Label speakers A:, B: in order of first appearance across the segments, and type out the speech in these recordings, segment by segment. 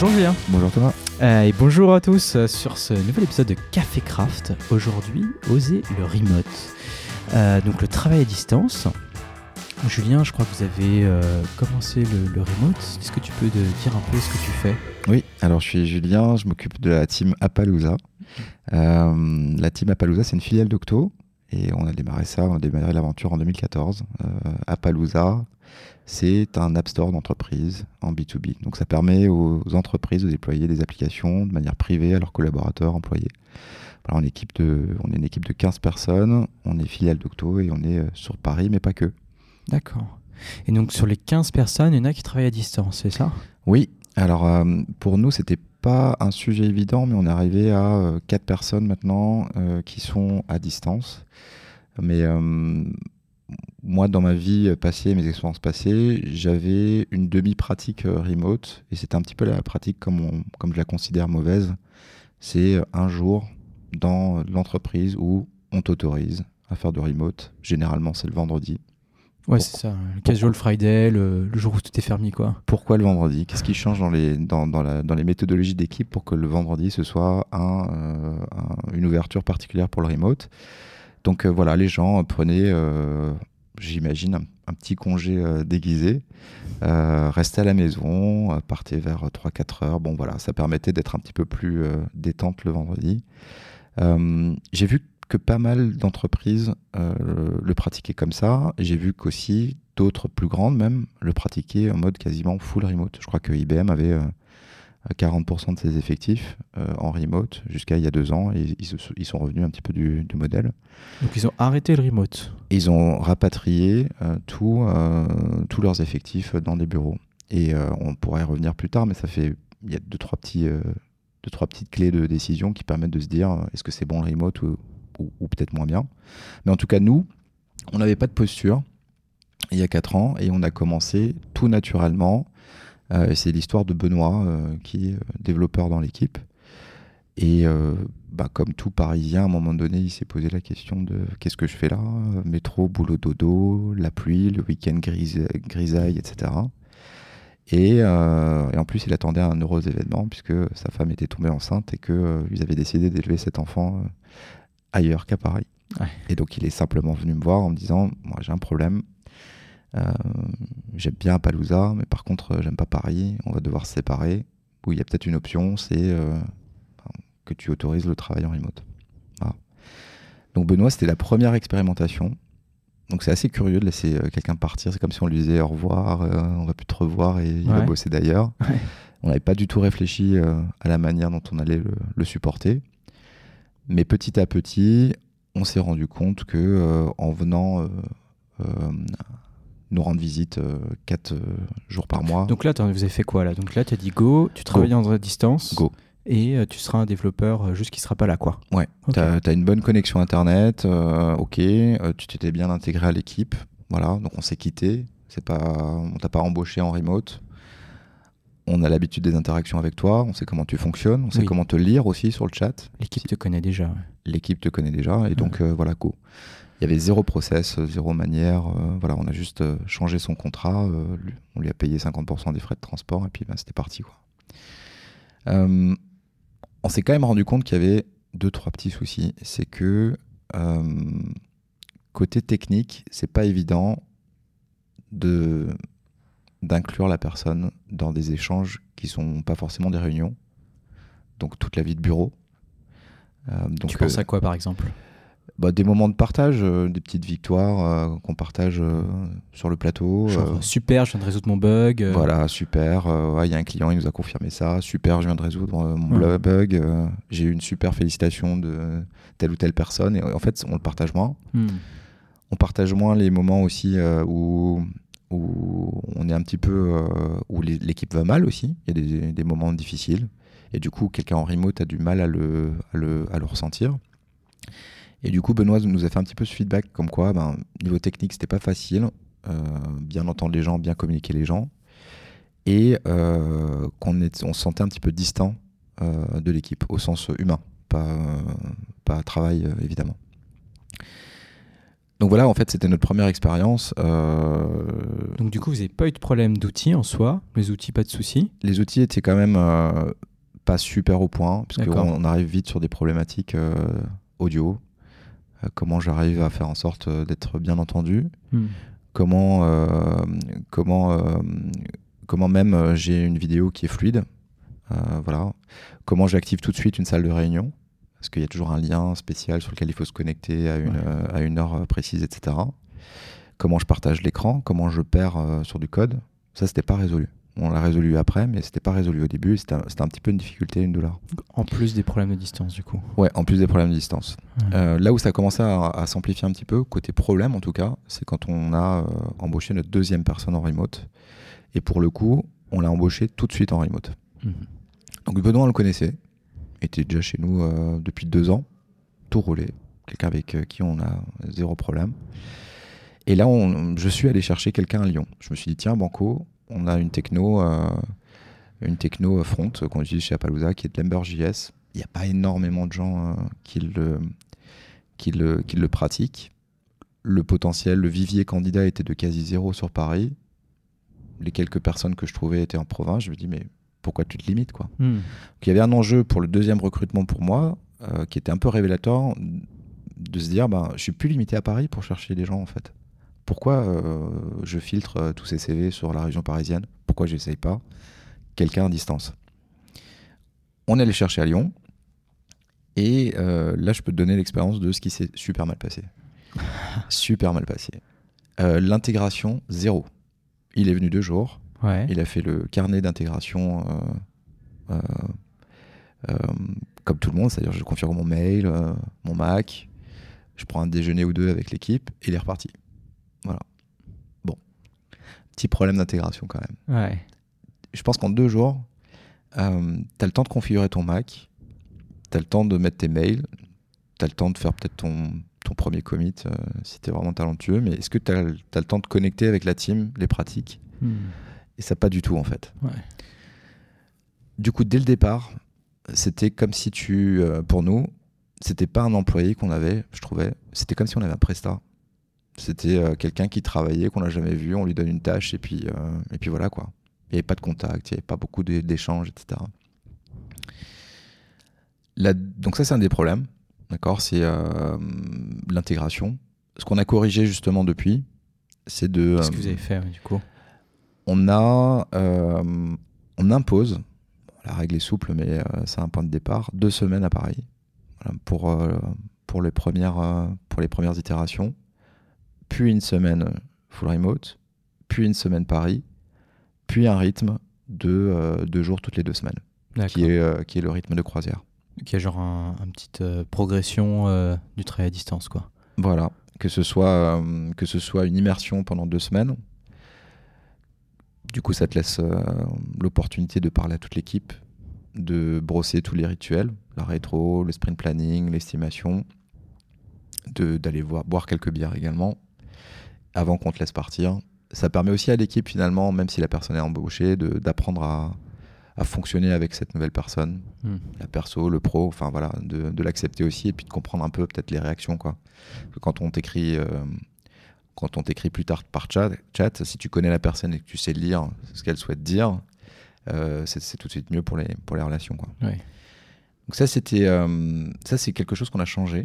A: Bonjour Julien.
B: Bonjour Thomas.
A: Et bonjour à tous sur ce nouvel épisode de Café Craft. Aujourd'hui, oser le remote. Donc le travail à distance. Julien, je crois que vous avez commencé le remote. Est-ce que tu peux dire un peu ce que tu fais ?
B: Oui, alors je suis Julien, je m'occupe de la team Appaloosa. La team Appaloosa, c'est une filiale d'Octo. Et on a démarré l'aventure en 2014. Appaloosa, c'est un App Store d'entreprise en B2B. Donc ça permet aux entreprises de déployer des applications de manière privée à leurs collaborateurs, employés. Voilà, on est une équipe de 15 personnes, on est filiale d'Octo et on est sur Paris, mais pas que.
A: D'accord. Et donc sur les 15 personnes, il y en a qui travaillent à distance, c'est ça ?
B: Oui, alors pour nous, c'était pas un sujet évident, mais on est arrivé à 4 personnes maintenant qui sont à distance. Mais moi, dans ma vie passée, mes expériences passées, j'avais une demi-pratique remote, et c'était un petit peu la pratique comme je la considère mauvaise. C'est un jour dans l'entreprise où on t'autorise à faire de remote. Généralement, c'est le vendredi.
A: Ouais, c'est ça, le casual Friday, le jour où tout est fermé, quoi.
B: Pourquoi le vendredi ? Qu'est-ce qui change dans les méthodologies d'équipe pour que le vendredi, ce soit une ouverture particulière pour le remote ? Donc voilà, les gens prenaient, j'imagine, un petit congé déguisé, restaient à la maison, partaient vers 3-4 heures. Bon voilà, ça permettait d'être un petit peu plus détente le vendredi. J'ai vu que pas mal d'entreprises le pratiquaient comme ça. J'ai vu qu'aussi d'autres plus grandes même le pratiquaient en mode quasiment full remote. Je crois que IBM avait 40% de ses effectifs en remote jusqu'à il y a 2 ans, et ils sont revenus un petit peu du modèle.
A: Donc ils ont arrêté le remote.
B: Ils ont rapatrié tous leurs effectifs dans des bureaux. Et on pourrait y revenir plus tard, mais il y a deux, trois petites clés de décision qui permettent de se dire est-ce que c'est bon le remote ou peut-être moins bien. Mais en tout cas, nous, on n'avait pas de posture il y a 4 ans et on a commencé tout naturellement. C'est l'histoire de Benoît, qui est développeur dans l'équipe. Et comme tout Parisien, à un moment donné, il s'est posé la question de qu'est-ce que je fais là ? Métro, boulot, dodo, la pluie, le week-end grisaille, etc. Et en plus, il attendait un heureux événement puisque sa femme était tombée enceinte et qu'ils avaient décidé d'élever cet enfant ailleurs qu'à Paris.
A: Ouais.
B: Et donc, il est simplement venu me voir en me disant « Moi, j'ai un problème. J'aime bien Appaloosa, mais par contre j'aime pas Paris, on va devoir se séparer. Où il y a peut-être une option, c'est que tu autorises le travail en remote. » Voilà. Donc Benoît, c'était la première expérimentation. Donc c'est assez curieux de laisser quelqu'un partir. C'est comme si on lui disait au revoir, on va plus te revoir et il va bosser d'ailleurs. Ouais. On n'avait pas du tout réfléchi à la manière dont on allait le supporter. Mais petit à petit, on s'est rendu compte que en venant nous rendre visite 4 jours par mois.
A: Donc là, vous avez fait quoi là ? Donc là, tu as dit go, tu travailles en distance.
B: Go.
A: Et tu seras un développeur juste qui ne sera pas là, quoi.
B: Ouais, okay. T'as une bonne connexion Internet, tu t'étais bien intégré à l'équipe. Voilà, donc on s'est quitté. On t'a pas embauché en remote. On a l'habitude des interactions avec toi, on sait comment tu fonctionnes, on sait comment te lire aussi sur le chat.
A: L'équipe te connaît déjà. Ouais.
B: L'équipe te connaît déjà, et donc voilà, go. Il y avait 0 process, 0 manière. Voilà, on a juste changé son contrat. On lui a payé 50% des frais de transport et puis c'était parti, quoi. On s'est quand même rendu compte qu'il y avait 2-3 petits soucis. C'est que côté technique, c'est pas évident d'inclure la personne dans des échanges qui sont pas forcément des réunions. Donc toute la vie de bureau.
A: Tu penses à quoi par exemple ?
B: Des moments de partage, des petites victoires qu'on partage sur le plateau.
A: Genre, super, je viens de résoudre mon bug.
B: Voilà, super, y a un client, il nous a confirmé ça. Super, je viens de résoudre mon bug. J'ai eu une super félicitation de telle ou telle personne. Et en fait, on le partage moins. On partage moins les moments aussi où on est un petit peu... où l'équipe va mal aussi. Il y a des moments difficiles. Et du coup, quelqu'un en remote a du mal à le ressentir. Et du coup, Benoît nous a fait un petit peu ce feedback comme quoi, niveau technique, c'était pas facile. Bien entendre les gens, bien communiquer les gens. Et on se sentait un petit peu distant de l'équipe, au sens humain, pas travail, évidemment. Donc voilà, en fait, c'était notre première expérience.
A: Donc du coup, vous n'avez pas eu de problème d'outils en soi, les outils, pas de soucis.
B: Les outils étaient quand même pas super au point, parce
A: D'accord.
B: qu'on arrive vite sur des problématiques audio. Comment j'arrive à faire en sorte d'être bien entendu. Comment même j'ai une vidéo qui est fluide. Voilà. Comment j'active tout de suite une salle de réunion. Parce qu'il y a toujours un lien spécial sur lequel il faut se connecter à une heure précise, etc. Comment je partage l'écran, comment je perds sur du code. Ça, c'était pas résolu. On l'a résolu après, mais c'était pas résolu au début. C'était un petit peu une difficulté, une douleur.
A: En plus des problèmes de distance, du coup.
B: Ouais, en plus des problèmes de distance. Là où ça a commencé à s'amplifier un petit peu, côté problème en tout cas, c'est quand on a embauché notre deuxième personne en remote. Et pour le coup, on l'a embauché tout de suite en remote. Donc Benoît, on le connaissait. Était déjà chez nous depuis 2 ans, tout roulé, quelqu'un avec qui on a 0 problème. Et là, je suis allé chercher quelqu'un à Lyon. Je me suis dit, tiens, Banco, on a une techno front qu'on utilise chez Appaloosa, qui est de l'Ember.js. Il n'y a pas énormément de gens qui le pratiquent. Le potentiel, le vivier candidat était de quasi 0 sur Paris. Les quelques personnes que je trouvais étaient en province. Je me dis, mais pourquoi tu te limites, quoi. Donc, il y avait un enjeu pour le deuxième recrutement pour moi qui était un peu révélateur de se dire je suis plus limité à Paris pour chercher des gens en fait. Pourquoi je filtre tous ces CV sur la région parisienne? Pourquoi j'essaye pas quelqu'un à distance? On est allé chercher à Lyon et là je peux te donner l'expérience de ce qui s'est super mal passé. Super mal passé. L'intégration, 0. Il est venu 2 jours.
A: Ouais.
B: Il a fait le carnet d'intégration comme tout le monde, c'est-à-dire je configure mon mail, mon Mac, je prends un déjeuner ou 2 avec l'équipe et il est reparti. Voilà. Bon. Petit problème d'intégration quand même.
A: Ouais.
B: Je pense qu'en 2 jours, tu as le temps de configurer ton Mac, tu as le temps de mettre tes mails, tu as le temps de faire peut-être ton premier commit si tu es vraiment talentueux, mais est-ce que tu as le temps de connecter avec la team, les pratiques? Et ça, pas du tout en fait.
A: Ouais.
B: Du coup, dès le départ, c'était comme si pour nous, c'était pas un employé qu'on avait, je trouvais. C'était comme si on avait un prestat. C'était quelqu'un qui travaillait, qu'on n'a jamais vu, on lui donne une tâche et puis voilà quoi. Il n'y avait pas de contact, il n'y avait pas beaucoup d'échanges, etc. Donc ça, c'est un des problèmes. D'accord, c'est l'intégration. Ce qu'on a corrigé justement depuis, c'est de...
A: Qu'est-ce que vous avez fait du coup?
B: On impose, la règle est souple, mais c'est un point de départ, 2 semaines à Paris pour les premières itérations, puis une semaine full remote, puis une semaine Paris, puis un rythme de 2 jours toutes les 2 semaines, qui est le rythme de croisière.
A: Qui a genre une petite progression du travail à distance, quoi.
B: Voilà, que ce soit une immersion pendant 2 semaines. Du coup, ça te laisse l'opportunité de parler à toute l'équipe, de brosser tous les rituels, la rétro, le sprint planning, l'estimation, d'aller boire quelques bières également, avant qu'on te laisse partir. Ça permet aussi à l'équipe, finalement, même si la personne est embauchée, d'apprendre à fonctionner avec cette nouvelle personne, la perso, le pro, enfin voilà, de l'accepter aussi et puis de comprendre un peu peut-être les réactions, quoi. Quand on t'écrit plus tard par chat, si tu connais la personne et que tu sais lire ce qu'elle souhaite dire, c'est tout de suite mieux pour les relations, quoi.
A: Ouais.
B: Donc ça, c'est quelque chose qu'on a changé.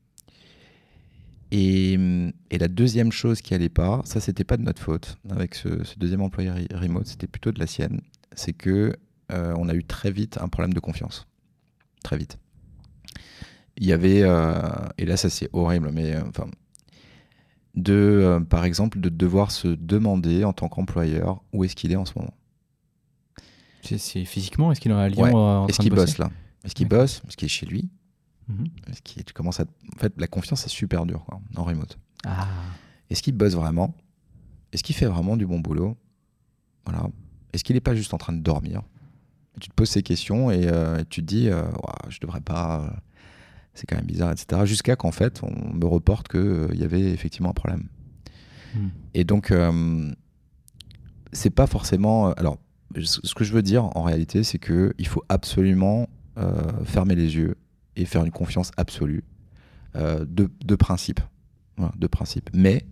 B: Et la deuxième chose qui allait pas, ça c'était pas de notre faute avec ce deuxième employé remote, c'était plutôt de la sienne. C'est que on a eu très vite un problème de confiance. Très vite. Il y avait, et là ça c'est horrible, mais par exemple, de devoir se demander en tant qu'employeur où est-ce qu'il est en ce moment.
A: C'est physiquement, est-ce qu'il est à Lyon en
B: est-ce
A: train
B: qu'il
A: de bosser?
B: bosse là? Est-ce qu'il bosse? Est-ce qu'il est chez lui?
A: Mm-hmm.
B: Tu commences en fait, la confiance c'est super dur, quoi, en remote.
A: Ah.
B: Est-ce qu'il bosse vraiment? Est-ce qu'il fait vraiment du bon boulot? Voilà. Est-ce qu'il n'est pas juste en train de dormir? Tu te poses ces questions et tu te dis je devrais pas, c'est quand même bizarre, etc. Jusqu'à qu'en fait on me reporte qu'il y avait effectivement un problème. Et donc c'est pas forcément, alors ce que je veux dire en réalité, c'est qu'il faut absolument fermer les yeux et faire une confiance absolue de principe. Voilà, de principe. Mais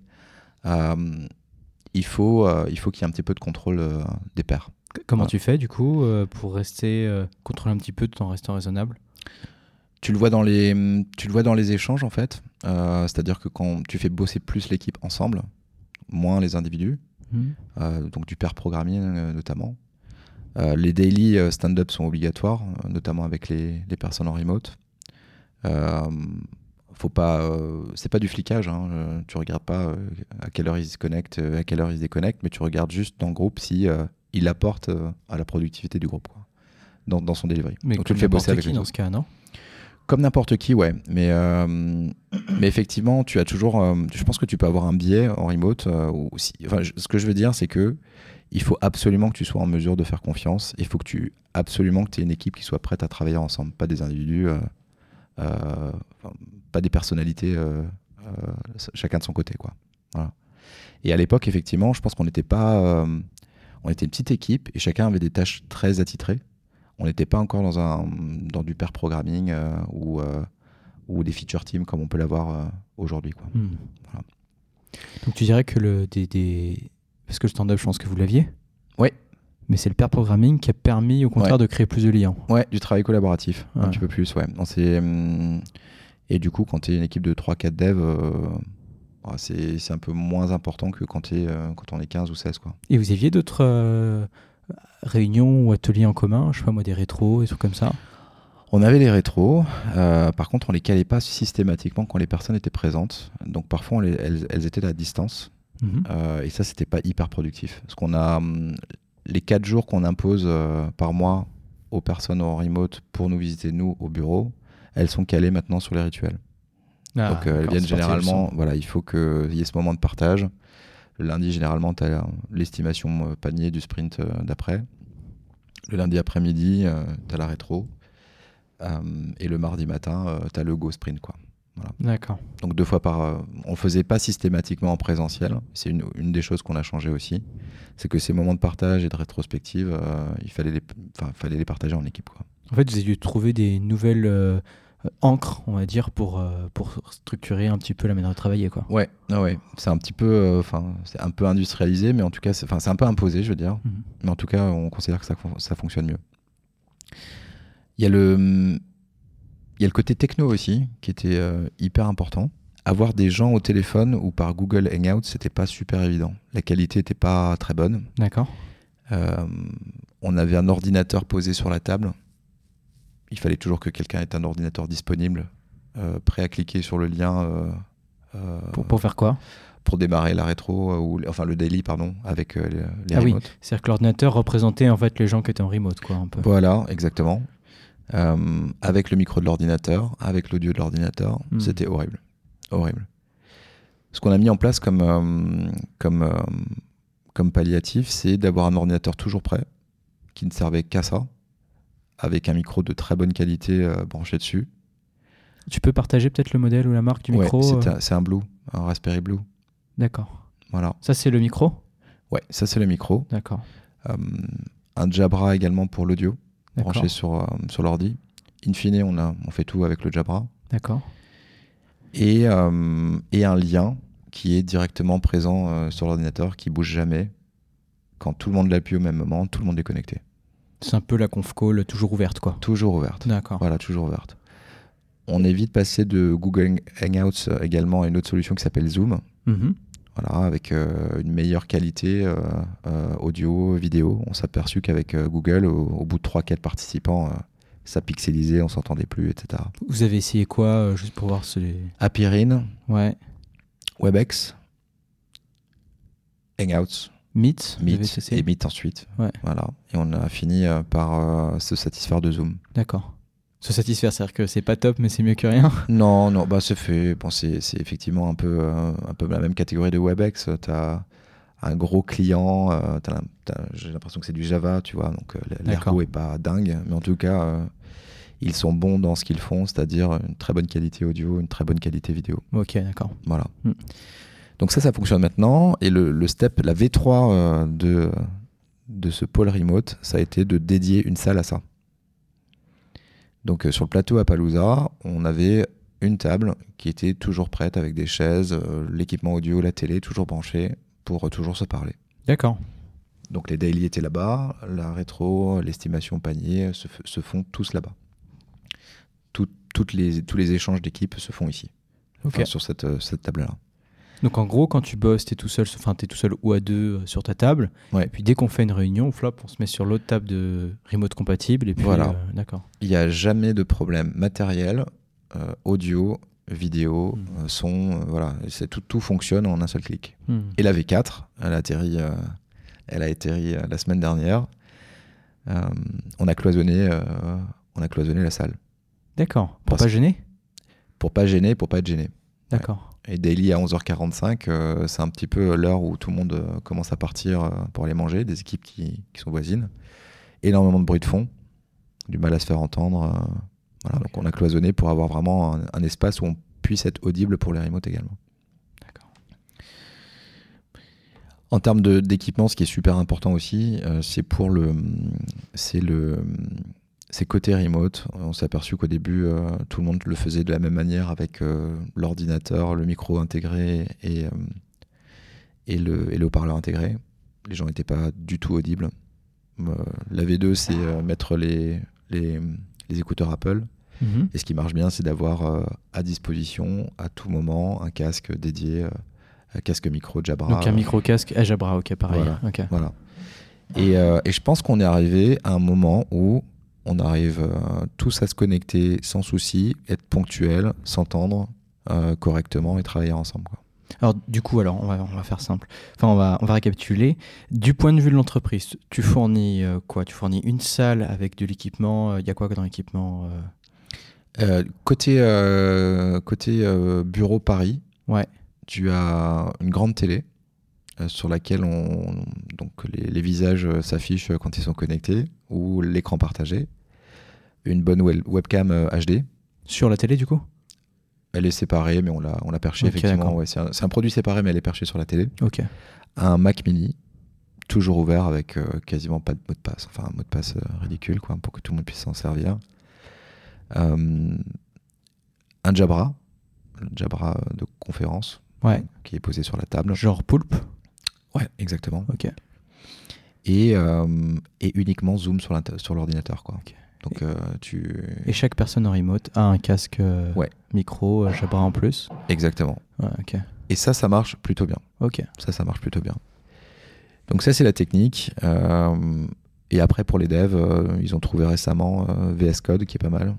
B: il faut qu'il y ait un petit peu de contrôle des pairs.
A: Comment tu fais du coup pour rester contrôler un petit peu tout en restant raisonnable?
B: Tu le vois dans les échanges en fait. C'est-à-dire que quand tu fais bosser plus l'équipe ensemble, moins les individus, donc du pair programming notamment. Les daily stand-up sont obligatoires, notamment avec les personnes en remote. Faut pas, c'est pas du flicage, hein. Tu regardes pas à quelle heure ils se connectent, à quelle heure ils se déconnectent, mais tu regardes juste dans le groupe si il apporte à la productivité du groupe, quoi, dans son delivery.
A: Mais
B: donc tu le fais bosser avec
A: qui dans ce cas, non?
B: Comme n'importe qui, ouais. Mais effectivement, tu as toujours. Je pense que tu peux avoir un biais en remote. Ce que je veux dire, c'est que il faut absolument que tu sois en mesure de faire confiance. Il faut absolument que tu aies une équipe qui soit prête à travailler ensemble, pas des individus, pas des personnalités, chacun de son côté, quoi. Voilà. Et à l'époque, effectivement, je pense qu'on n'était pas. On était une petite équipe et chacun avait des tâches très attitrées. On n'était pas encore dans du pair programming ou des feature teams comme on peut l'avoir aujourd'hui, quoi. Voilà.
A: Donc tu dirais que parce que le stand-up, je pense que vous l'aviez.
B: Oui.
A: Mais c'est le pair programming qui a permis au contraire de créer plus de liens.
B: Ouais, du travail collaboratif, un petit peu plus, ouais. Et du coup, quand tu es une équipe de 3-4 devs, c'est un peu moins important que quand on est 15 ou 16, quoi.
A: Et vous aviez d'autres réunions ou ateliers en commun, je sais pas moi, des rétros, des trucs comme ça?
B: On avait les rétros, par contre on les calait pas systématiquement quand les personnes étaient présentes, donc parfois elles étaient à la distance, et ça c'était pas hyper productif, parce qu'on a les 4 jours qu'on impose par mois aux personnes en remote pour nous visiter nous au bureau, elles sont calées maintenant sur les rituels. Donc elles viennent généralement, voilà, il faut qu'il y ait ce moment de partage. Le lundi, généralement, tu as l'estimation panier du sprint d'après. Le lundi après-midi, tu as la rétro. Et le mardi matin, tu as le go sprint, quoi. Voilà.
A: D'accord.
B: Donc 2 fois on ne faisait pas systématiquement en présentiel. C'est une des choses qu'on a changé aussi. C'est que ces moments de partage et de rétrospective, il fallait les partager en équipe, quoi.
A: En fait, vous avez dû trouver des nouvelles encre, on va dire, pour structurer un petit peu la manière de travailler, quoi.
B: Ouais. C'est un petit peu, c'est un peu industrialisé, mais en tout cas, c'est un peu imposé, je veux dire. Mais en tout cas, on considère que ça fonctionne mieux. Il y a le côté techno aussi, qui était hyper important. Avoir des gens au téléphone ou par Google Hangout, c'était pas super évident. La qualité était pas très bonne.
A: D'accord.
B: On avait un ordinateur posé sur la table. Il fallait toujours que quelqu'un ait un ordinateur disponible, prêt à cliquer sur le lien.
A: Pour faire quoi?
B: Pour démarrer la rétro, le daily, pardon, avec les
A: remotes.
B: remotes.
A: Oui, c'est-à-dire que l'ordinateur représentait en fait les gens qui étaient en remote, quoi, un peu.
B: Voilà, exactement. Avec le micro de l'ordinateur, avec l'audio de l'ordinateur, c'était horrible. Horrible. Ce qu'on a mis en place comme palliatif, c'est d'avoir un ordinateur toujours prêt, qui ne servait qu'à ça, avec un micro de très bonne qualité branché dessus.
A: Tu peux partager peut-être le modèle ou la marque du micro?
B: C'est un Blue, un Raspberry Blue.
A: D'accord.
B: Voilà.
A: Ça, c'est le micro?
B: Ouais, ça, c'est le micro.
A: D'accord.
B: Un Jabra également pour l'audio, branché sur l'ordi. In fine, on fait tout avec le Jabra.
A: D'accord.
B: Et un lien qui est directement présent sur l'ordinateur, qui bouge jamais. Quand tout le monde l'appuie au même moment, tout le monde est connecté.
A: C'est un peu la conf call toujours ouverte, quoi.
B: Toujours ouverte.
A: D'accord.
B: Voilà, toujours ouverte. On est vite passé de Google Hangouts également à une autre solution qui s'appelle Zoom. Voilà, avec une meilleure qualité audio, vidéo. On s'est aperçu qu'avec Google, au bout de 3-4 participants, ça pixelisait, on s'entendait plus, etc.
A: Vous avez essayé quoi, juste pour voir
B: Appirin,
A: ouais.
B: Webex, Hangouts,
A: Meet
B: et Meet ensuite.
A: Ouais.
B: Voilà. Et on a fini par se satisfaire de Zoom.
A: D'accord. Se satisfaire, c'est-à-dire que c'est pas top, mais c'est mieux que rien?
B: Non, bah c'est fait. Bon, c'est effectivement un peu la même catégorie de Webex. T'as un gros client, j'ai l'impression que c'est du Java, tu vois, donc l'ergo est pas dingue, mais en tout cas, ils sont bons dans ce qu'ils font, c'est-à-dire une très bonne qualité audio, une très bonne qualité vidéo.
A: Ok, d'accord.
B: Voilà. Donc ça fonctionne maintenant, et le step, la V3 de ce pôle remote, ça a été de dédier une salle à ça. Donc sur le plateau à Palooza, on avait une table qui était toujours prête avec des chaises, l'équipement audio, la télé, toujours branché pour toujours se parler.
A: D'accord.
B: Donc les daily étaient là-bas, la rétro, l'estimation panier se font tous là-bas. Tous les échanges d'équipes se font ici,
A: Ok.
B: sur cette table-là.
A: Donc en gros, quand tu bosses, t'es tout seul ou à deux sur ta table.
B: Ouais.
A: Et puis dès qu'on fait une réunion, flop, on se met sur l'autre table de remote compatible. Et puis,
B: Voilà.
A: D'accord.
B: Il n'y a jamais de problème matériel, audio, vidéo, son, voilà. Tout fonctionne en un seul clic. Et la V4, elle a atterri la semaine dernière. On a cloisonné la salle.
A: D'accord. Pour pas gêner ?
B: Pour pas gêner, pour pas être gêné.
A: D'accord.
B: Et daily à 11h45, c'est un petit peu l'heure où tout le monde commence à partir pour aller manger, des équipes qui sont voisines. Énormément de bruit de fond, du mal à se faire entendre. Voilà. Okay. Donc on a cloisonné pour avoir vraiment un espace où on puisse être audible pour les remotes également.
A: D'accord.
B: En termes d'équipement, ce qui est super important aussi, c'est côté remote. On s'est aperçu qu'au début, tout le monde le faisait de la même manière avec l'ordinateur, le micro intégré et le haut-parleur intégré. Les gens n'étaient pas du tout audibles. La V2, c'est mettre les écouteurs Apple.
A: Mm-hmm. Et
B: ce qui marche bien, c'est d'avoir à disposition à tout moment un casque dédié, un casque micro Jabra.
A: Donc un micro-casque à Jabra, ok, pareil.
B: Voilà.
A: Okay.
B: Voilà. Et je pense qu'on est arrivé à un moment où on arrive tous à se connecter sans souci, être ponctuel, s'entendre correctement et travailler ensemble, quoi.
A: Alors du coup, on va faire simple. Enfin, on va récapituler. Du point de vue de l'entreprise, tu fournis quoi ? Tu fournis une salle avec de l'équipement. Il y a quoi dans l'équipement
B: Côté bureau Paris,
A: ouais.
B: Tu as une grande télé sur laquelle donc les visages s'affichent quand ils sont connectés, ou l'écran partagé. Une bonne webcam HD.
A: Sur la télé, du coup ?
B: Elle est séparée, mais on l'a perchée, okay, effectivement. Ouais, c'est un produit séparé, mais elle est perchée sur la télé.
A: Okay.
B: Un Mac mini, toujours ouvert avec quasiment pas de mot de passe. Enfin, un mot de passe ridicule, quoi, pour que tout le monde puisse s'en servir. Un Jabra, le Jabra de conférence,
A: ouais.
B: Qui est posé sur la table.
A: Genre Poulpe ?
B: Ouais, exactement.
A: Ok.
B: Et uniquement Zoom sur l'ordinateur, quoi.
A: Okay.
B: Donc,
A: Et chaque personne en remote a un casque
B: ouais.
A: micro, Jabra en plus.
B: Exactement.
A: Ouais, ok.
B: Et ça marche plutôt bien.
A: Ok.
B: Ça marche plutôt bien. Donc ça, c'est la technique. Et après, pour les devs, ils ont trouvé récemment VS Code, qui est pas mal.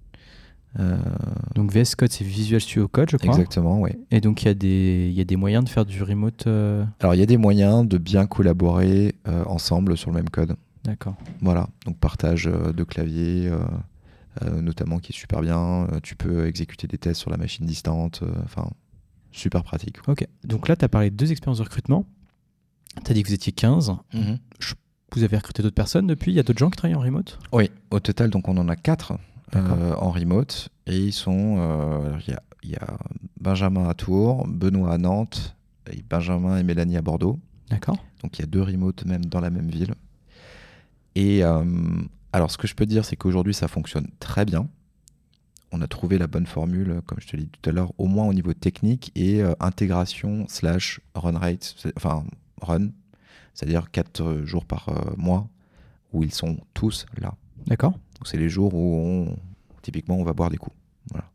A: Donc VS Code, c'est Visual Studio Code, je crois.
B: Exactement, oui.
A: Et donc il y a des moyens de faire du remote
B: Alors il y a des moyens de bien collaborer ensemble sur le même code.
A: D'accord.
B: Voilà, donc partage de clavier, notamment, qui est super bien. Tu peux exécuter des tests sur la machine distante. Enfin, super pratique.
A: Ok, donc là tu as parlé de 2 expériences de recrutement. Tu as dit que vous étiez 15.
B: Mm-hmm.
A: Vous avez recruté d'autres personnes depuis ? Il y a d'autres gens qui travaillent en remote ?
B: Oui, au total, donc on en a 4 en remote. Et ils sont... Il y a Benjamin à Tours, Benoît à Nantes, et Benjamin et Mélanie à Bordeaux.
A: D'accord.
B: Donc il y a 2 remotes même dans la même ville. Et alors ce que je peux dire, c'est qu'aujourd'hui ça fonctionne très bien. On a trouvé la bonne formule, comme je te l'ai dit tout à l'heure, au moins au niveau technique et intégration / run rate, enfin run, c'est-à-dire 4 jours par mois où ils sont tous là.
A: D'accord.
B: Donc c'est les jours où typiquement on va boire des coups. Voilà.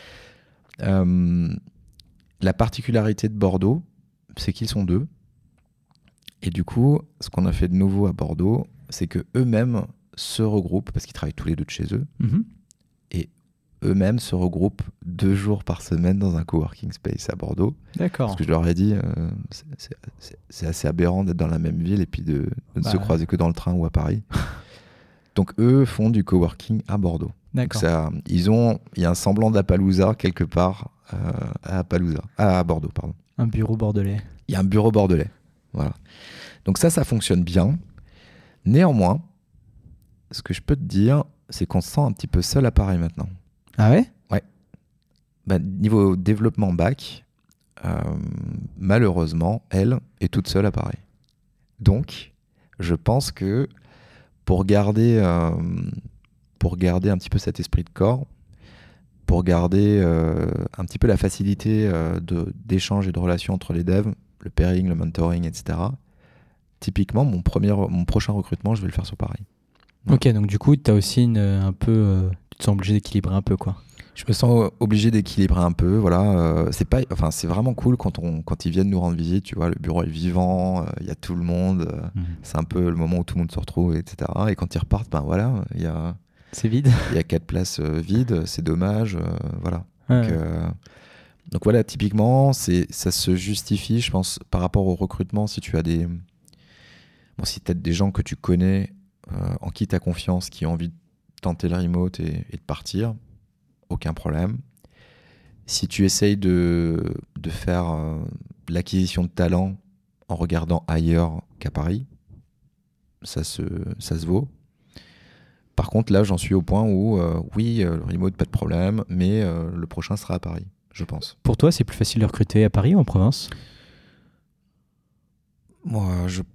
B: La particularité de Bordeaux, c'est qu'ils sont 2. Et du coup, ce qu'on a fait de nouveau à Bordeaux, c'est que eux-mêmes se regroupent, parce qu'ils travaillent tous les 2 de chez eux, et eux-mêmes se regroupent 2 jours par semaine dans un coworking space à Bordeaux.
A: D'accord.
B: Parce que je leur ai dit, c'est assez aberrant d'être dans la même ville et puis de ne se croiser que dans le train ou à Paris. Donc eux font du coworking à Bordeaux.
A: D'accord.
B: Donc il y a un semblant d'Appaloosa quelque part à Bordeaux, pardon.
A: Un bureau bordelais.
B: Il y a un bureau bordelais. Voilà. Donc ça fonctionne bien. Néanmoins, ce que je peux te dire, c'est qu'on se sent un petit peu seul à Paris maintenant.
A: Ah ouais ?
B: Ouais. Niveau développement back, malheureusement, elle est toute seule à Paris. Donc, je pense que pour garder un petit peu cet esprit de corps, pour garder un petit peu la facilité d'échange et de relation entre les devs, le pairing, le mentoring, etc. Typiquement, mon prochain recrutement, je vais le faire sur Paris.
A: Ok, donc du coup, tu as aussi tu te sens obligé d'équilibrer un peu, quoi.
B: Je me sens obligé d'équilibrer un peu, voilà. C'est vraiment cool quand ils viennent nous rendre visite, tu vois, le bureau est vivant, il y a tout le monde, c'est un peu le moment où tout le monde se retrouve, etc. Et quand ils repartent, ben voilà,
A: c'est vide.
B: Il y a 4 places vides, c'est dommage, voilà.
A: Ouais.
B: Donc voilà, typiquement, ça se justifie, je pense, par rapport au recrutement, si tu as si t'as des gens que tu connais, en qui tu as confiance, qui ont envie de tenter le remote et de partir, aucun problème. Si tu essayes de faire l'acquisition de talent en regardant ailleurs qu'à Paris, ça se vaut. Par contre, là, j'en suis au point où, oui, le remote, pas de problème, mais le prochain sera à Paris, je pense.
A: Pour toi, c'est plus facile de recruter à Paris ou en province ?
B: Moi,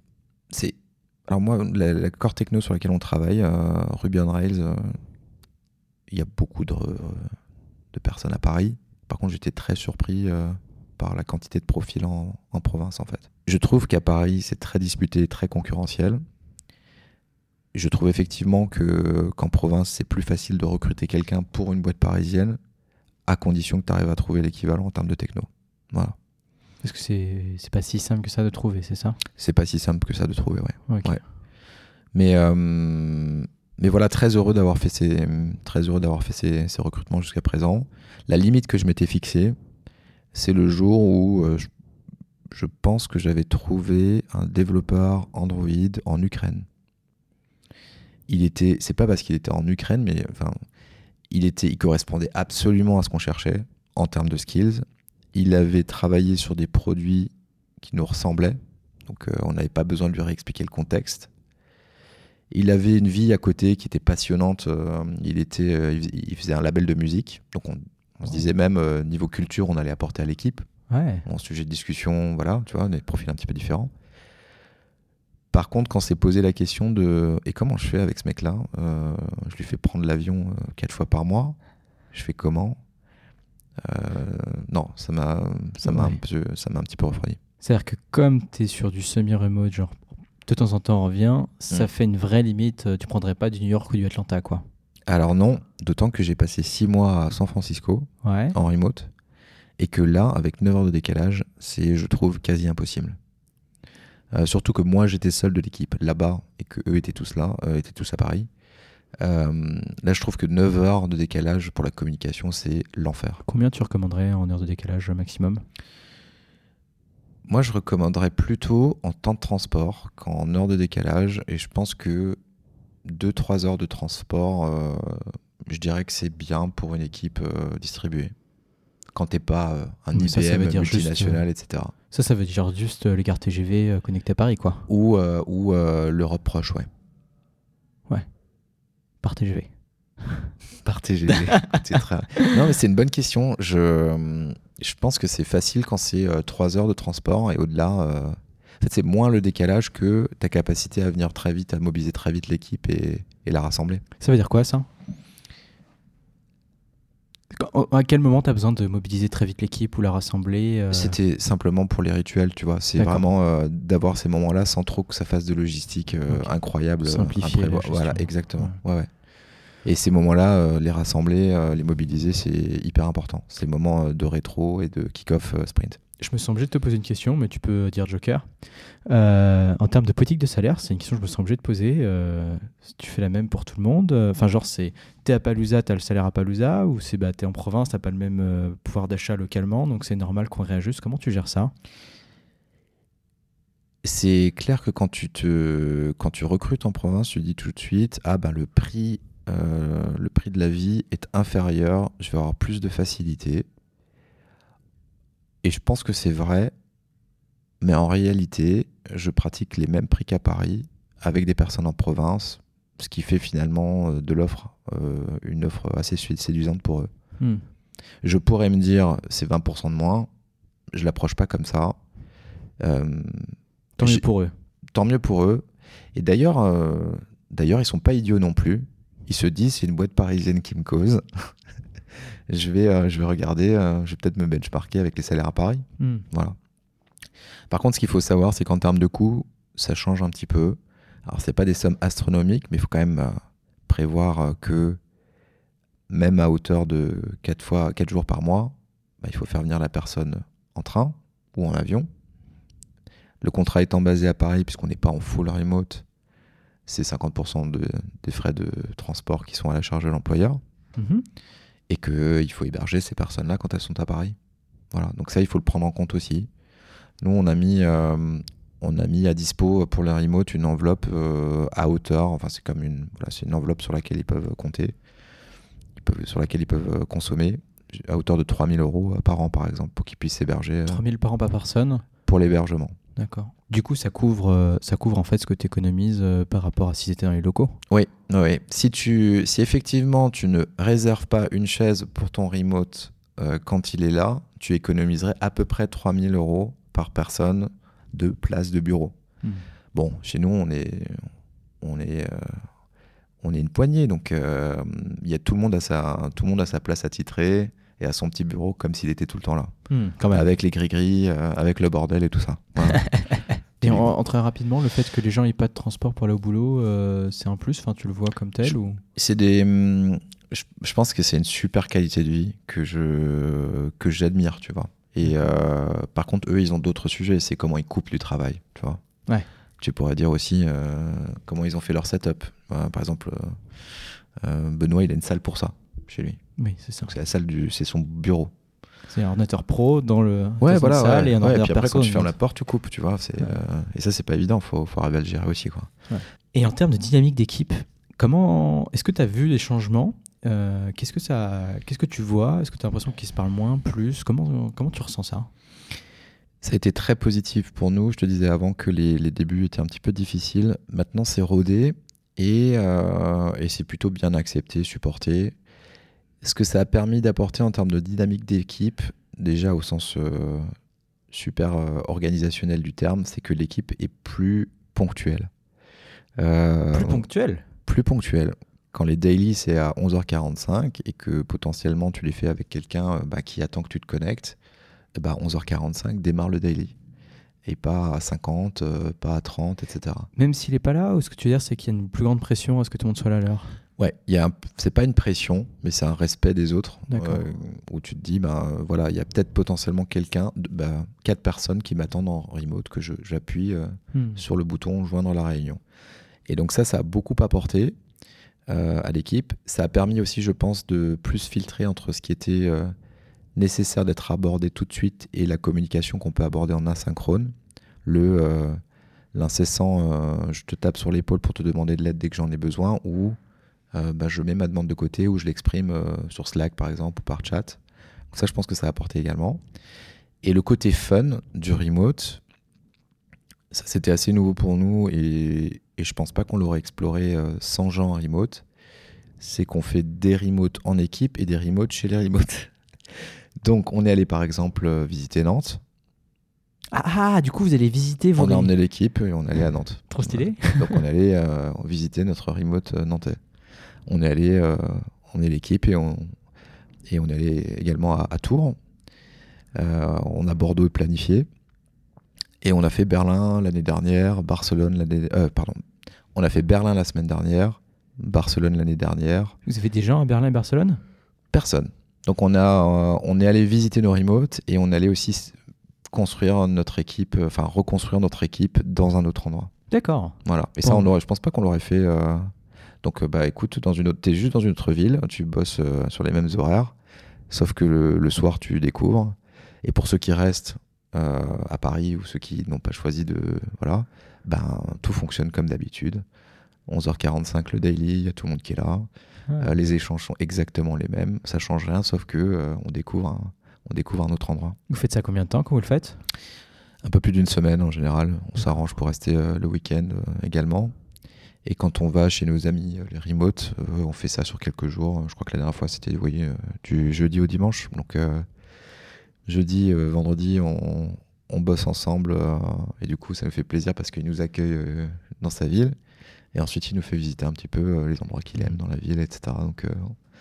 B: la core techno sur laquelle on travaille, Ruby on Rails, il y a beaucoup de personnes à Paris. Par contre, j'étais très surpris par la quantité de profils en province, en fait. Je trouve qu'à Paris, c'est très disputé, très concurrentiel. Je trouve effectivement qu'en province, c'est plus facile de recruter quelqu'un pour une boîte parisienne, à condition que tu arrives à trouver l'équivalent en termes de techno. Voilà.
A: Parce que c'est pas si simple que ça de trouver, c'est ça ?
B: C'est pas si simple que ça de trouver, ouais.
A: Okay.
B: Ouais. Mais voilà, très heureux d'avoir fait ces recrutements jusqu'à présent. La limite que je m'étais fixée, c'est le jour où je pense que j'avais trouvé un développeur Android en Ukraine. C'est pas parce qu'il était en Ukraine, mais il correspondait absolument à ce qu'on cherchait en termes de skills. Il avait travaillé sur des produits qui nous ressemblaient, donc on n'avait pas besoin de lui réexpliquer le contexte. Il avait une vie à côté qui était passionnante. Il faisait un label de musique, donc on se disait même niveau culture, on allait apporter à l'équipe.
A: Ouais.
B: En sujet de discussion, voilà, tu vois, des profils un petit peu différents. Par contre, quand s'est posé la question de « Et comment je fais avec ce mec-là ?» Je lui fais prendre l'avion 4 fois par mois. Je fais comment ? Non, ça m'a un petit peu refroidi.
A: C'est-à-dire que comme tu es sur du semi-remote, genre de temps en temps on revient, ça fait une vraie limite. Tu prendrais pas du New York ou du Atlanta, quoi.
B: Alors non, d'autant que j'ai passé 6 mois à San Francisco en remote. Et que là, avec 9 heures de décalage, c'est, je trouve, quasi impossible. Surtout que moi, j'étais seul de l'équipe là-bas et qu'eux étaient tous là, étaient tous à Paris. Là, je trouve que 9 heures de décalage pour la communication, c'est l'enfer.
A: Combien tu recommanderais en heures de décalage maximum ?
B: Moi, je recommanderais plutôt en temps de transport qu'en heures de décalage. Et je pense que 2-3 heures de transport, je dirais que c'est bien pour une équipe distribuée. Quand t'es pas un IBM multinational, etc.
A: Ça veut dire juste les gares TGV connectées à Paris, quoi.
B: Ou l'Europe proche, ouais.
A: Ouais. Par TGV.
B: Par TGV. Non, mais c'est une bonne question. Je pense que c'est facile quand c'est 3 heures de transport et au-delà. En fait, c'est moins le décalage que ta capacité à venir très vite, à mobiliser très vite l'équipe et la rassembler.
A: Ça veut dire quoi, ça ? À quel moment tu as besoin de mobiliser très vite l'équipe ou la rassembler
B: C'était simplement pour les rituels, tu vois. C'est vraiment d'avoir ces moments-là sans trop que ça fasse de logistique incroyable.
A: Simplifier.
B: Voilà, exactement. Ouais. Et ces moments-là, les rassembler, les mobiliser, c'est hyper important. C'est le moment de rétro et de kick-off sprint.
A: Je me sens obligé de te poser une question, mais tu peux dire Joker. En termes de politique de salaire, c'est une question que je me sens obligé de poser. Tu fais la même pour tout le monde. Enfin, genre, t'es à Palooza, t'as le salaire à Palooza, ou t'es en province, t'as pas le même pouvoir d'achat localement, donc c'est normal qu'on réajuste. Comment tu gères ça ?
B: C'est clair que quand tu recrutes en province, tu dis tout de suite, le prix de la vie est inférieur, je vais avoir plus de facilité. Et je pense que c'est vrai, mais en réalité, je pratique les mêmes prix qu'à Paris avec des personnes en province, ce qui fait finalement de l'offre une offre assez séduisante pour eux. Je pourrais me dire, c'est 20% de moins, je l'approche pas comme ça.
A: Tant mieux pour eux.
B: Tant mieux pour eux. Et d'ailleurs, ils sont pas idiots non plus. Ils se disent, c'est une boîte parisienne qui me cause. je vais regarder, je vais peut-être me benchmarker avec les salaires à Paris. Voilà. Par contre, ce qu'il faut savoir, c'est qu'en termes de coûts, ça change un petit peu. Alors, c'est pas des sommes astronomiques, mais il faut quand même prévoir que même à hauteur de 4 jours par mois, il faut faire venir la personne en train ou en avion. Le contrat étant basé à Paris, puisqu'on n'est pas en full remote, c'est 50% des frais de transport qui sont à la charge de l'employeur. Et qu'il faut héberger ces personnes-là quand elles sont à Paris. Voilà. Donc ça, il faut le prendre en compte aussi. Nous, on a mis à dispo pour les remote une enveloppe à hauteur. Enfin, c'est comme c'est une enveloppe sur laquelle ils peuvent compter, sur laquelle ils peuvent consommer, à hauteur de 3 000 € par an, par exemple, pour qu'ils puissent héberger.
A: 3 000 par an par personne.
B: Pour l'hébergement.
A: D'accord. Du coup, ça couvre en fait ce que tu économises par rapport à si c'était dans les locaux.
B: Oui. Si effectivement tu ne réserves pas une chaise pour ton remote quand il est là, tu économiserais à peu près 3 000 € par personne de place de bureau. Bon, chez nous, on est une poignée, donc tout le monde a sa place attitrée et à son petit bureau comme s'il était tout le temps là.
A: Quand même.
B: Avec les gris-gris, avec le bordel et tout ça. Voilà.
A: Et très rapidement, le fait que les gens n'aient pas de transport pour aller au boulot, c'est un plus. Enfin, tu le vois comme tel
B: je pense que c'est une super qualité de vie que j'admire, tu vois. Et par contre, eux, ils ont d'autres sujets. C'est comment ils coupent du travail, tu vois.
A: Ouais.
B: Tu pourrais dire aussi comment ils ont fait leur setup. Par exemple, Benoît, il a une salle pour ça chez lui.
A: Oui, c'est ça.
B: Donc, c'est la salle c'est son bureau.
A: C'est un ordinateur pro dans le
B: salle
A: et un ordinateur
B: et puis après,
A: perso.
B: quand tu fermes la porte, tu coupes, tu vois. Et ça, c'est pas évident. Faut arriver à le gérer aussi, quoi.
A: Ouais. Et en termes de dynamique d'équipe, est-ce que tu as vu les changements ? Qu'est-ce que tu vois ? Est-ce que tu as l'impression qu'ils se parlent moins, plus ? Comment tu ressens ça ?
B: Ça a été très positif pour nous. Je te disais avant que les débuts étaient un petit peu difficiles. Maintenant, c'est rodé et c'est plutôt bien accepté, supporté. Ce que ça a permis d'apporter en termes de dynamique d'équipe, déjà au sens super organisationnel du terme, c'est que l'équipe est plus ponctuelle.
A: Plus ponctuelle ?
B: Plus ponctuelle. Quand les daily c'est à 11h45 et que potentiellement tu les fais avec quelqu'un qui attend que tu te connectes, 11h45 démarre le daily. Et pas à 50, pas à 30, etc.
A: Même s'il n'est pas là, ou ce que tu veux dire, c'est qu'il y a une plus grande pression à ce que tout le monde soit là à l'heure ?
B: Ouais, c'est pas une pression, mais c'est un respect des autres. Où tu te dis, il y a peut-être potentiellement 4 personnes qui m'attendent en remote, que j'appuie sur le bouton joindre la réunion. Et donc ça a beaucoup apporté à l'équipe. Ça a permis aussi, je pense, de plus filtrer entre ce qui était nécessaire d'être abordé tout de suite et la communication qu'on peut aborder en asynchrone. L'incessant, je te tape sur l'épaule pour te demander de l'aide dès que j'en ai besoin, ou je mets ma demande de côté, ou je l'exprime sur Slack par exemple, ou par chat. Donc ça, je pense que ça a apporté également. Et le côté fun du remote, ça c'était assez nouveau pour nous, et je pense pas qu'on l'aurait exploré sans gens en remote. C'est qu'on fait des remotes en équipe et des remotes chez les remotes. Donc on est allé par exemple visiter Nantes.
A: Du coup vous allez visiter
B: On a emmené l'équipe et on est allé à Nantes.
A: Trop stylé.
B: Donc on est allé visiter notre remote nantais. On est l'équipe et on est allé également à Tours. On a Bordeaux planifié. Et on a fait Berlin l'année dernière, Barcelone on a fait Berlin la semaine dernière, Barcelone l'année dernière.
A: Vous avez des gens à Berlin et Barcelone ?
B: Personne. Donc on est allé visiter nos remotes et on allait aussi reconstruire notre équipe dans un autre endroit.
A: D'accord.
B: Voilà. Et ça, je pense pas qu'on l'aurait fait. Donc écoute, t'es juste dans une autre ville, tu bosses sur les mêmes horaires, sauf que le soir tu découvres. Et pour ceux qui restent à Paris ou ceux qui n'ont pas choisi tout fonctionne comme d'habitude. 11h45 le daily, il y a tout le monde qui est là. Les échanges sont exactement les mêmes, ça change rien, sauf que on découvre un autre endroit.
A: Vous faites ça combien de temps quand vous le faites ?
B: Un peu plus d'une semaine en général. On s'arrange pour rester le week-end également. Et quand on va chez nos amis, les remotes, on fait ça sur quelques jours. Je crois que la dernière fois, c'était du jeudi au dimanche. Donc jeudi, vendredi, on bosse ensemble. Et du coup, ça nous fait plaisir parce qu'il nous accueille dans sa ville. Et ensuite, il nous fait visiter un petit peu les endroits qu'il aime dans la ville, etc. Donc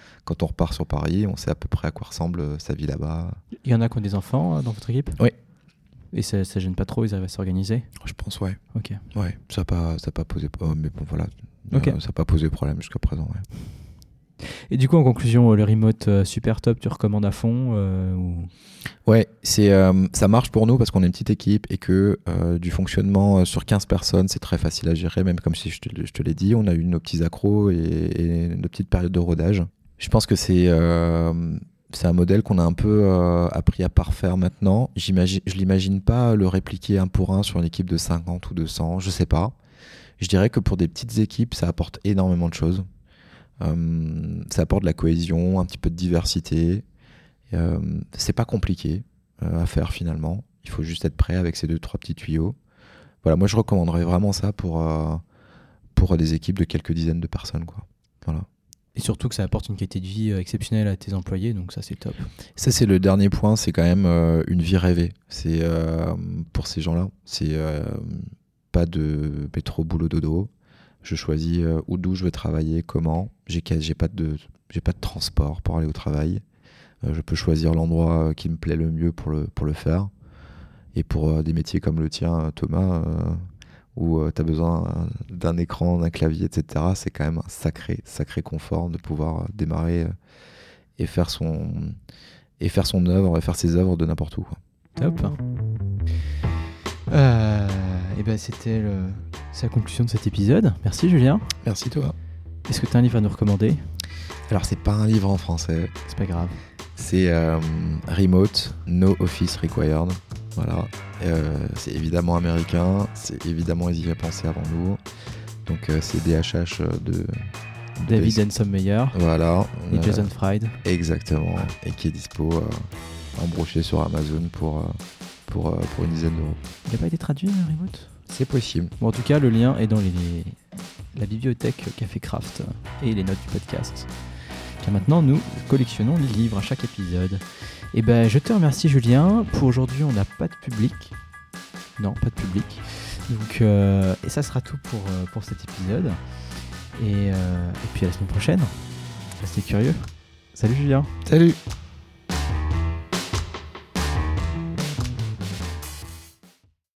B: quand on repart sur Paris, on sait à peu près à quoi ressemble sa vie là-bas.
A: Il y en a qui ont des enfants dans votre équipe ?
B: Oui.
A: Et ça gêne pas trop, ils arrivent à s'organiser ?
B: Je pense, ouais.
A: Ok.
B: Ouais, ça n'a pas posé... mais bon, voilà.
A: Ok.
B: Ça n'a pas posé problème jusqu'à présent, ouais.
A: Et du coup, en conclusion, le remote super top, tu recommandes à fond ou...
B: Ouais, ça marche pour nous parce qu'on est une petite équipe et que du fonctionnement sur 15 personnes, c'est très facile à gérer, même comme si je te l'ai dit, on a eu nos petits accros et nos petites périodes de rodage. Je pense que c'est un modèle qu'on a un peu appris à parfaire maintenant. Je l'imagine pas le répliquer un pour un sur une équipe de 50 ou 200, je sais pas. Je dirais que pour des petites équipes, ça apporte énormément de choses. Ça apporte de la cohésion, un petit peu de diversité. C'est pas compliqué à faire finalement. Il faut juste être prêt avec ces 2-3 petits tuyaux. Voilà, moi je recommanderais vraiment ça pour des équipes de quelques dizaines de personnes, quoi. Voilà.
A: Et surtout que ça apporte une qualité de vie exceptionnelle à tes employés, donc ça c'est top.
B: Ça c'est le dernier point, c'est quand même une vie rêvée. C'est pour ces gens-là, c'est pas de métro boulot dodo. Je choisis d'où je veux travailler, comment. J'ai pas de transport pour aller au travail. Je peux choisir l'endroit qui me plaît le mieux pour le faire. Et pour des métiers comme le tien, Thomas, où tu as besoin d'un écran, d'un clavier, etc., c'est quand même un sacré confort de pouvoir démarrer et faire son œuvre, et faire ses œuvres de n'importe où, quoi.
A: Top. Et ben c'est la conclusion de cet épisode. Merci Julien.
B: Merci toi.
A: Est-ce que tu as un livre à nous recommander ?
B: Alors c'est pas un livre en français.
A: C'est pas grave.
B: C'est Remote, No Office Required. Voilà. C'est évidemment américain. C'est évidemment ils y avaient pensé avant nous. Donc c'est DHH de
A: David Hanson Meyer.
B: Voilà.
A: Et Jason Fried.
B: Exactement. Et qui est dispo embroché sur Amazon pour une dizaine d'euros.
A: Il n'a pas été traduit, Remote ?
B: C'est possible.
A: Bon, en tout cas, le lien est dans la bibliothèque Café Craft et les notes du podcast. Car maintenant, nous collectionnons les livres à chaque épisode. Et ben, je te remercie, Julien. Pour aujourd'hui, on n'a pas de public. Non, pas de public. Donc, et ça sera tout pour cet épisode. Et puis à la semaine prochaine. Restez curieux. Salut, Julien.
B: Salut.